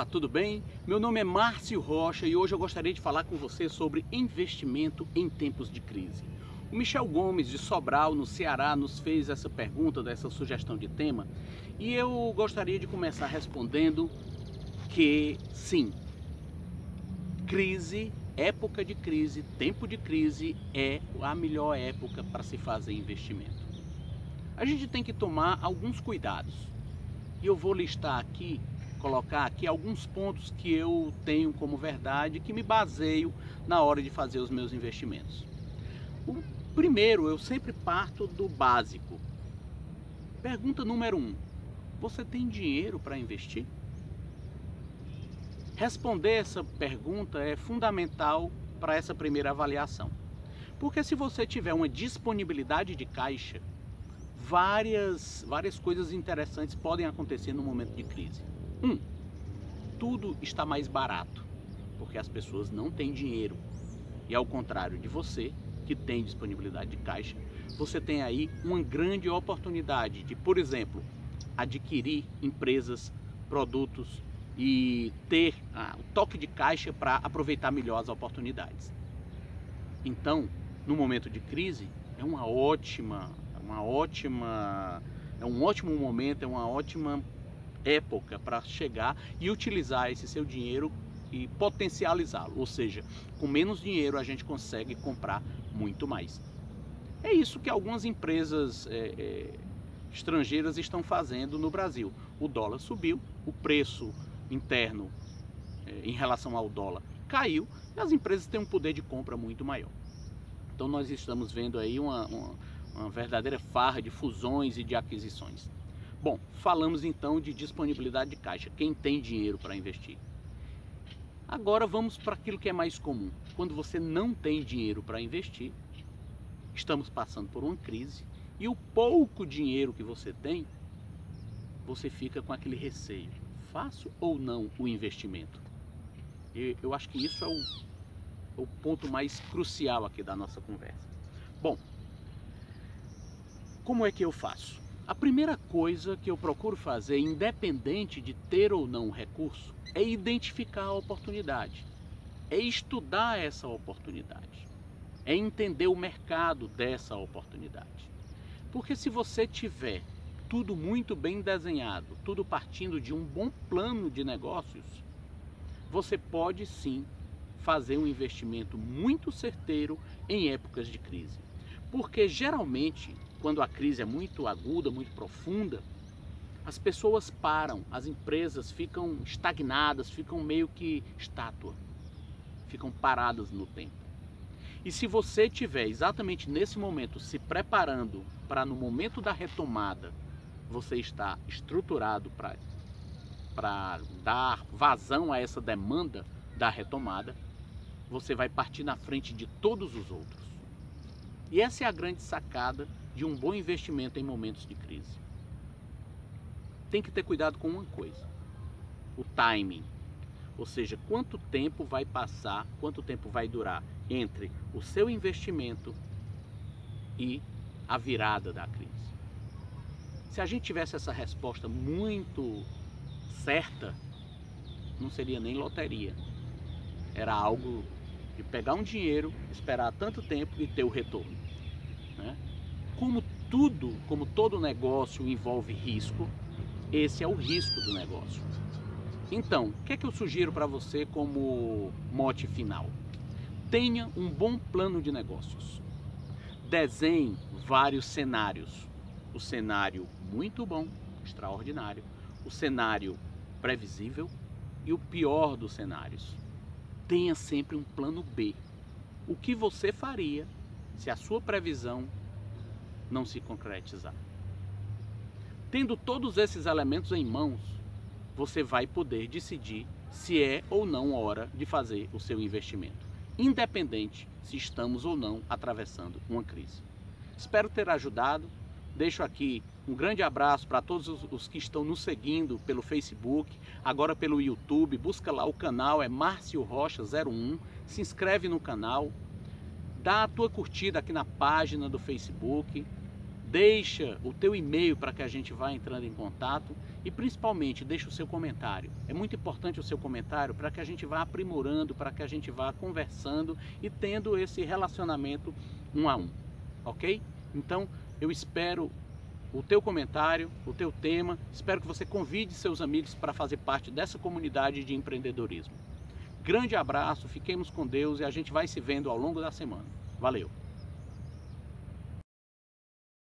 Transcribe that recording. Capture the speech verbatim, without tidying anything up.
Olá, tudo bem? Meu nome é Márcio Rocha e hoje eu gostaria de falar com você sobre investimento em tempos de crise. O Michel Gomes de Sobral, no Ceará, nos fez essa pergunta, dessa sugestão de tema, e eu gostaria de começar respondendo que sim, crise, época de crise, tempo de crise é a melhor época para se fazer investimento. A gente tem que tomar alguns cuidados e eu vou listar aqui colocar aqui alguns pontos que eu tenho como verdade, que me baseio na hora de fazer os meus investimentos. O primeiro, eu sempre parto do básico. Pergunta número um: você tem dinheiro para investir? Responder essa pergunta é fundamental para essa primeira avaliação. Porque se você tiver uma disponibilidade de caixa, várias, várias coisas interessantes podem acontecer no momento de crise. Um, tudo está mais barato, porque as pessoas não têm dinheiro. E ao contrário de você, que tem disponibilidade de caixa, você tem aí uma grande oportunidade de, por exemplo, adquirir empresas, produtos e ter ah, o toque de caixa para aproveitar melhor as oportunidades. Então, no momento de crise, é uma ótima, uma ótima, é um ótimo momento, é uma ótima época para chegar e utilizar esse seu dinheiro e potencializá-lo, ou seja, com menos dinheiro a gente consegue comprar muito mais. É isso que algumas empresas é, é, estrangeiras estão fazendo no Brasil. O dólar subiu, o preço interno é, em relação ao dólar caiu e as empresas têm um poder de compra muito maior. Então nós estamos vendo aí uma, uma, uma verdadeira farra de fusões e de aquisições. Bom, falamos então de disponibilidade de caixa, quem tem dinheiro para investir. Agora vamos para aquilo que é mais comum. Quando você não tem dinheiro para investir, estamos passando por uma crise e o pouco dinheiro que você tem, você fica com aquele receio. Faço ou não o investimento? E eu acho que isso é o, o ponto mais crucial aqui da nossa conversa. Bom, como é que eu faço? A primeira coisa que eu procuro fazer, independente de ter ou não recurso, é identificar a oportunidade, é estudar essa oportunidade, é entender o mercado dessa oportunidade. Porque se você tiver tudo muito bem desenhado, tudo partindo de um bom plano de negócios, você pode sim fazer um investimento muito certeiro em épocas de crise. Porque geralmente, quando a crise é muito aguda, muito profunda, as pessoas param, as empresas ficam estagnadas, ficam meio que estátua, ficam paradas no tempo. E se você tiver exatamente nesse momento se preparando para no momento da retomada, você estar estruturado para para dar vazão a essa demanda da retomada, você vai partir na frente de todos os outros. E essa é a grande sacada de um bom investimento em momentos de crise. Tem que ter cuidado com uma coisa: o timing. Ou seja, quanto tempo vai passar, quanto tempo vai durar entre o seu investimento e a virada da crise. Se a gente tivesse essa resposta muito certa, não seria nem loteria. Era algo de pegar um dinheiro, esperar tanto tempo e ter o retorno, né? Como tudo, como todo negócio envolve risco, esse é o risco do negócio. Então, o que é que eu sugiro para você como mote final? Tenha um bom plano de negócios. Desenhe vários cenários. O cenário muito bom, extraordinário, o cenário previsível e o pior dos cenários. Tenha sempre um plano B. O que você faria se a sua previsão não se concretizar? Tendo todos esses elementos em mãos, você vai poder decidir se é ou não hora de fazer o seu investimento, independente se estamos ou não atravessando uma crise. Espero ter ajudado. Deixo aqui um grande abraço para todos os que estão nos seguindo pelo Facebook, agora pelo YouTube. Busca lá o canal, é Márcio Rocha zero um. Se inscreve no canal, dá a tua curtida aqui na página do Facebook, deixa o teu e-mail para que a gente vá entrando em contato e principalmente deixa o seu comentário. É muito importante o seu comentário para que a gente vá aprimorando, para que a gente vá conversando e tendo esse relacionamento um a um, ok? Então eu espero o teu comentário, o teu tema, espero que você convide seus amigos para fazer parte dessa comunidade de empreendedorismo. Grande abraço, fiquemos com Deus e a gente vai se vendo ao longo da semana. Valeu!